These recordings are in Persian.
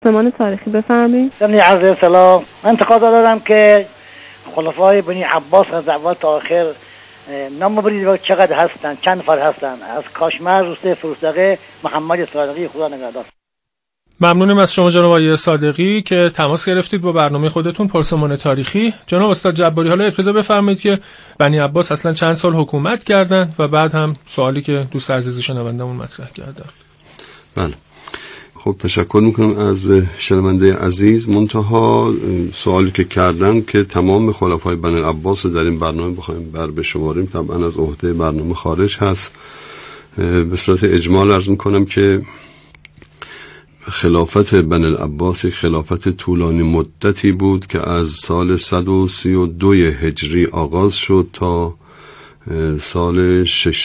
زمان تاریخی بفرمایید. عرض سلام. من تقاضا دارم که خلفای بنی عباس از اول تا آخر نام ببرید و چقدر هستن، چند نفر هستن. از کاشمر روسته فروزدقه محمد صادقی، خدا نگهدار. ممنونیم از شما جناب آقای صادقی که تماس گرفتید با برنامه خودتون پرسمان تاریخی. جناب استاد جباری، حالا ابتدا بفرمایید که بنی عباس اصلا چند سال حکومت کردند و بعد هم سوالی که دوست عزیز شنوندمون مطرح کردن. بله، خب تشکر میکنم از شنونده عزیز. منتها سوالی که کردن که تمام خلفای بنی عباس در این برنامه بخوایم بشماریم طبعا از عهده برنامه خارج هست. به صورت اجمال عرض میکنم که خلافت بنی العباس یک خلافت طولانی مدتی بود که از سال 132 هجری آغاز شد تا سال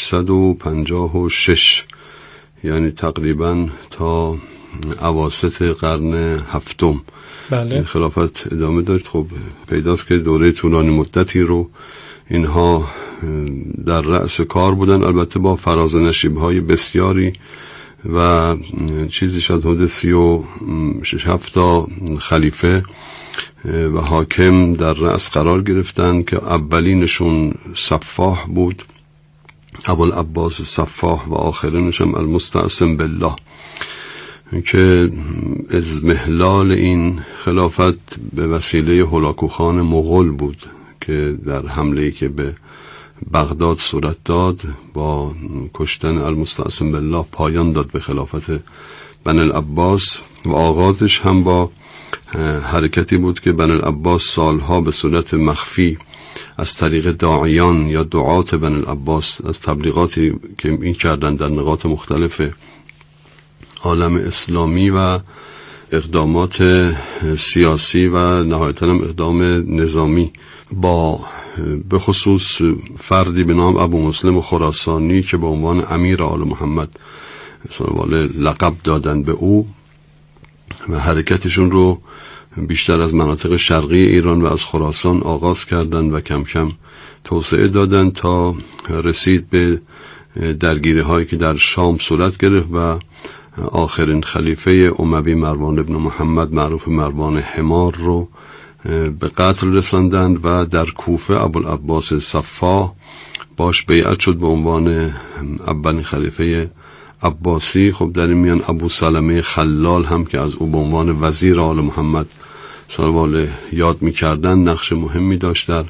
656، یعنی تقریبا تا اواسط قرن هفتم. بله. خلافت ادامه داشت. خب پیداست که دوره طولانی مدتی رو اینها در رأس کار بودن، البته با فراز و نشیب‌های بسیاری و چیزی شد حدود 36 تا خلیفه و حاکم در رأس قرار گرفتن که اولینشون صفاح بود، ابوالعباس صفاح، و آخرینش هم المستعصم بالله که اضمحلال این خلافت به وسیله هلاکوخان مغول بود که در حمله‌ای که به بغداد صورت داد با کشتن المستعصم بالله پایان داد به خلافت بنی العباس و آغازش هم با حرکتی بود که بنی العباس سالها به صورت مخفی از طریق داعیان یا دعات بنی العباس از تبلیغاتی که این کردن در نقاط مختلف عالم اسلامی و اقدامات سیاسی و نهایتاً هم اقدام نظامی با به خصوص فردی به نام ابو مسلم خراسانی که به عنوان امیر آل محمد لقب دادن به او و حرکتشون رو بیشتر از مناطق شرقی ایران و از خراسان آغاز کردند و کم کم توسعه دادند تا رسید به درگیری هایی که در شام صورت گرفت و آخرین خلیفه اموی مروان ابن محمد معروف مروان حمار رو به قتل رساندند و در کوفه ابوالعباس صفاح باش بیعت شد به عنوان اولین خلیفه عباسی. خب در این میان ابو سلمه خلال هم که از او به عنوان وزیر آل محمد صلوات یاد می‌کردن نقش مهمی داشت در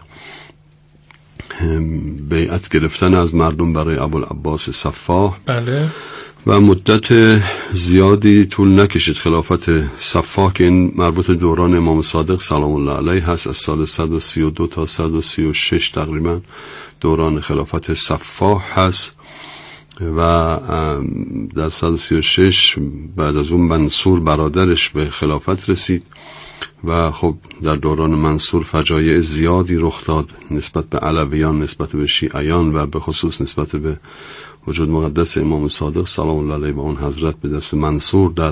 بیعت گرفتن از مردم برای ابوالعباس صفاح. بله. و مدت زیادی طول نکشید خلافت صفاح که این مربوط دوران امام صادق سلام الله علیه هست، از سال 132 تا 136 تقریبا دوران خلافت صفاح هست و در 136 بعد از اون منصور برادرش به خلافت رسید و خب در دوران منصور فجایع زیادی رخ داد نسبت به علویان، نسبت به شیعیان و به خصوص نسبت به وجود مقدس امام صادق سلام الله علیه و اون حضرت به دست منصور در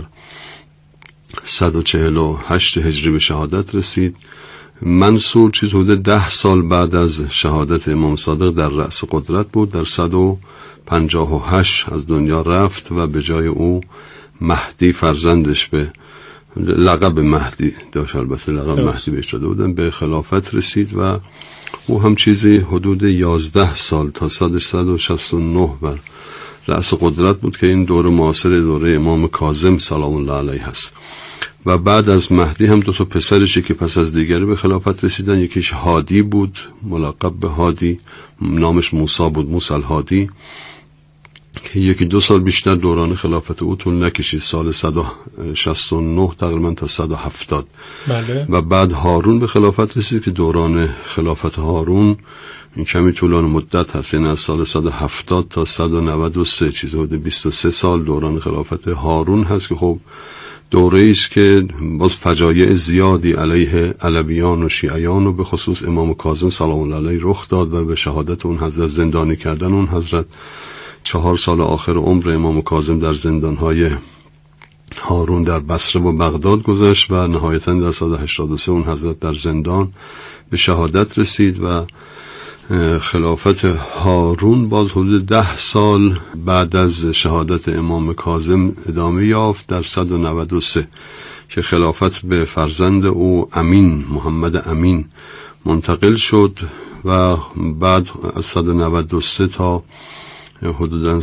148 هجری به شهادت رسید. منصور چیز حدود 10 سال بعد از شهادت امام صادق در رأس قدرت بود. در 158 از دنیا رفت و به جای او مهدی فرزندش به لقب مهدی داشت، البته لقب مهدی بهش داده بودن، به خلافت رسید و او هم چیزی حدود 11 سال تا 169 بر رأس قدرت بود که این دوره معاصر دوره امام کاظم سلام الله علیه هست. و بعد از مهدی هم 2 تا پسرشی که پس از دیگری به خلافت رسیدن، یکیش هادی بود ملقب به هادی، نامش موسی بود، موسی الهادی، که 1-2 سال بیشتر دوران خلافت او طول نکشید، سال 169 تقریبا تا 170. بله. و بعد هارون به خلافت رسید که دوران خلافت هارون این کمی طولانی مدت هست، یعنی از سال 170 تا 193 چیز حدود 23 سال دوران خلافت هارون هست که خب دوره است که باز فجایع زیادی علیه علویان و شیعیان و به خصوص امام کاظم سلام الله علیه رخ داد و به شهادت اون حضرت، زندانی کردن اون حضرت. 4 سال آخر عمر امام کاظم در زندانهای هارون در بصره و بغداد گذشت و نهایتاً در 183 اون حضرت در زندان به شهادت رسید و خلافت هارون باز حدود 10 سال بعد از شهادت امام کاظم ادامه یافت در 193 که خلافت به فرزند او امین، محمد امین منتقل شد و بعد از 193 تا حدوداً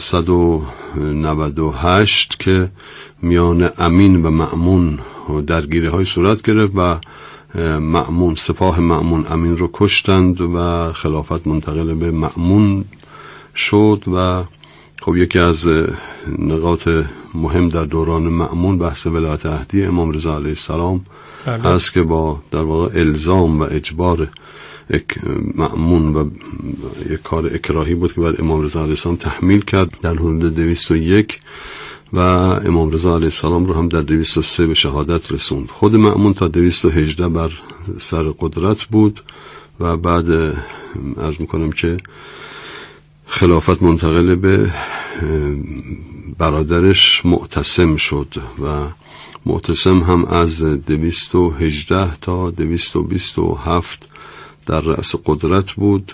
198 که میان امین و مأمون درگیری های صورت گرفت و مأمون، سپاه مأمون امین رو کشتند و خلافت منتقل به مأمون شد. و خب یکی از نقاط مهم در دوران مأمون بحث ولایت عهدی امام رضا علیه السلام هست که با در واقع الزام و اجبار مأمون و یک کار اکراهی بود که بعد امام رضا علیه السلام تحمیل کرد در حدود 201 و امام رضا علیه السلام رو هم در 203 به شهادت رسوند. خود مأمون تا 218 بر سر قدرت بود و بعد عرض میکنم که خلافت منتقل به برادرش معتصم شد و معتصم هم از 218 تا 227 در رأس قدرت بود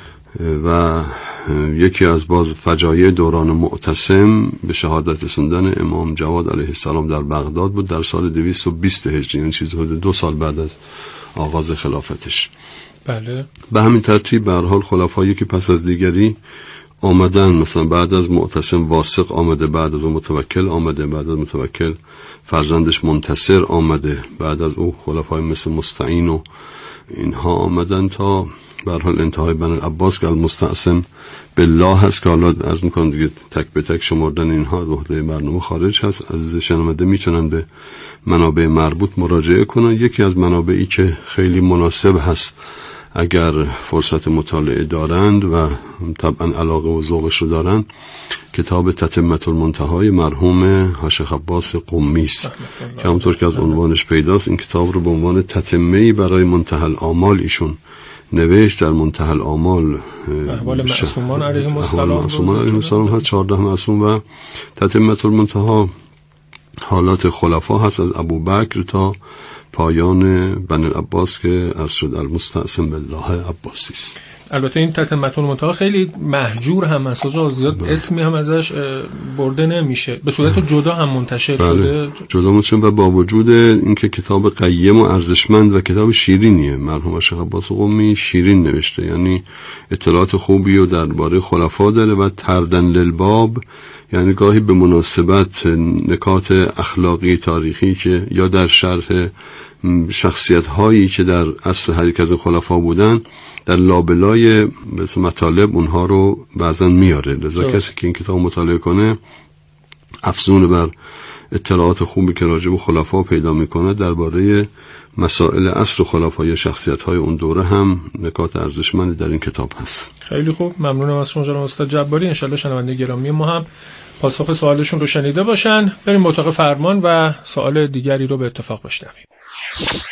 و یکی از باز فجایع دوران معتصم به شهادت رسوندن امام جواد علیه السلام در بغداد بود در سال 220 هجری، یعنی چیز حدود 2 سال بعد از آغاز خلافتش. بله. به همین ترتیب به هر حال خلفایی که پس از دیگری آمدن، مثلا بعد از معتصم واثق آمده، بعد از اون متوکل آمده، بعد از متوکل فرزندش منتصر آمده، بعد از او خلفای مثل مستعین و اینها آمدن تا به هر حال انتهای بنی عباس که المستعصم بالله هست که حالا عرض میکنم دیگه تک به تک شمردن اینها وحده برنامه خارج هست. از شنونده میتونن به منابع مربوط مراجعه کنن. یکی از منابعی که خیلی مناسب هست اگر فرصت مطالعه دارند و طبعا علاقه و ذوقش رو دارند، کتاب تتمة المنتهای مرحوم حاج عباس قمی است که همونطور که از عنوانش پیداست این کتاب رو به عنوان تتمه‌ای برای منتهی الآمال ایشون نوشت. در منتهی الآمال احوال معصومان علیهم السلام هست 14 معصوم و تتمة المنتها حالات خلفا هست از ابوبکر تا پایان بنی عباس که عرض شد المستعصم بالله عباسی است. البته این تتمة المنتها خیلی مهجور هم است، زیاد اسمی هم ازش برده نمیشه، به صورت جدا هم منتشر شده. جدا منتشر و با وجود اینکه کتاب قیم و ارزشمند و کتاب شیرینیه، مرحوم شیخ عباس قمی شیرین نوشته، یعنی اطلاعات خوبی و درباره خلفا داره و تردن للباب، یعنی گاهی به مناسبت نکات اخلاقی تاریخی که یا در شرح شخصیت هایی که در اصل هر یک از خلفا بودن در لابلای مطالب اونها رو بعضا میاره. لذا کسی که این کتاب مطالعه کنه افزون بر اطلاعات خوبی که راجع به خلفا پیدا میکنه درباره مسائل اصل خلفا یا شخصیت های اون دوره هم نکات ارزشمندی در این کتاب هست. خیلی خوب، ممنونم از شما جناب استاد جباری. ان شاءالله شنونده گرامی ما هم پاسخ سوالشون رو شنیده باشن. بریم به اتاق فرمان و سوال دیگری رو به اتفاق بشنویم.